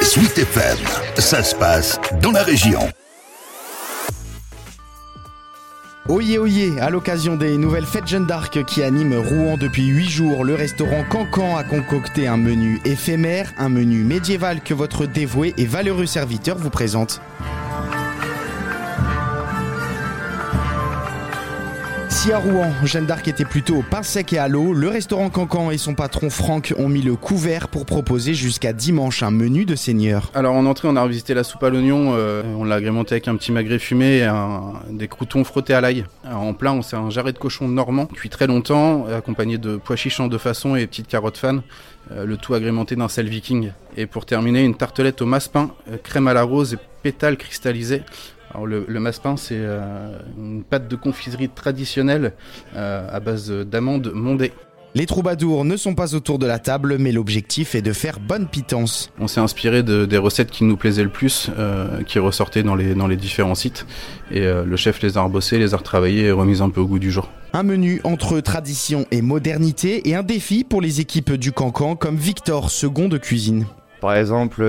Sweet FM, ça se passe dans la région. Oyez, oyez, à l'occasion des nouvelles fêtes Jeanne d'Arc qui animent Rouen depuis 8 jours, le restaurant Cancan a concocté un menu éphémère, un menu médiéval que votre dévoué et valeureux serviteur vous présente. Si à Rouen, Jeanne d'Arc était plutôt au pain sec et à l'eau, le restaurant Cancan et son patron Franck ont mis le couvert pour proposer jusqu'à dimanche un menu de seigneur. Alors en entrée, on a revisité la soupe à l'oignon, on l'a agrémenté avec un petit magret fumé et des croûtons frottés à l'ail. Alors, en plat, on sert un jarret de cochon normand, cuit très longtemps, accompagné de pois chiches en 2 façons et petites carottes fan, le tout agrémenté d'un sel viking. Et pour terminer, une tartelette au massepain, crème à la rose et pétales cristallisés. Alors le massepain, c'est une pâte de confiserie traditionnelle à base d'amandes mondées. Les troubadours ne sont pas autour de la table, mais l'objectif est de faire bonne pitance. On s'est inspiré des recettes qui nous plaisaient le plus, qui ressortaient dans les différents sites. Et le chef les a rebossées, les a retravaillées et remises un peu au goût du jour. Un menu entre tradition et modernité et un défi pour les équipes du Cancan comme Victor, second de cuisine. Par exemple,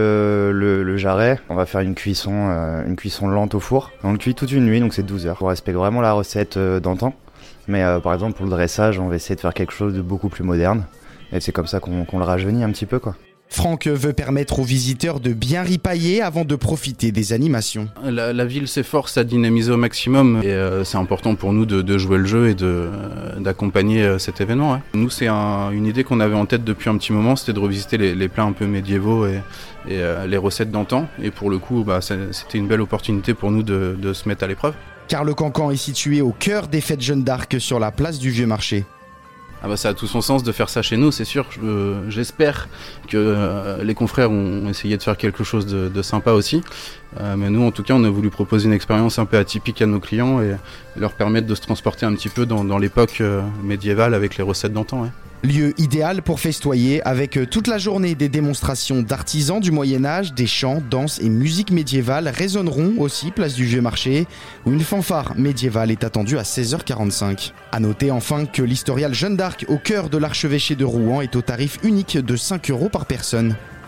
le jarret, on va faire une cuisson lente au four. On le cuit toute une nuit, donc c'est 12 heures. On respecte vraiment la recette d'antan. Mais par exemple, pour le dressage, on va essayer de faire quelque chose de beaucoup plus moderne. Et c'est comme ça qu'on le rajeunit un petit peu, quoi. Franck veut permettre aux visiteurs de bien ripailler avant de profiter des animations. La ville s'efforce à dynamiser au maximum et c'est important pour nous de jouer le jeu et d'accompagner cet événement. Ouais. Nous, c'est une idée qu'on avait en tête depuis un petit moment, c'était de revisiter les plats un peu médiévaux et les recettes d'antan. Et pour le coup, c'était une belle opportunité pour nous de se mettre à l'épreuve. Car le Cancan est situé au cœur des fêtes Jeanne d'Arc sur la place du Vieux Marché. Ça a tout son sens de faire ça chez nous, c'est sûr. J'espère que les confrères ont essayé de faire quelque chose de sympa aussi. Mais nous, en tout cas, on a voulu proposer une expérience un peu atypique à nos clients et leur permettre de se transporter un petit peu dans l'époque médiévale avec les recettes d'antan. Ouais. Lieu idéal pour festoyer avec toute la journée des démonstrations d'artisans du Moyen-Âge, des chants, danses et musique médiévale résonneront aussi place du Vieux Marché où une fanfare médiévale est attendue à 16h45. A noter enfin que l'historial Jeanne d'Arc au cœur de l'archevêché de Rouen est au tarif unique de 5 € par personne.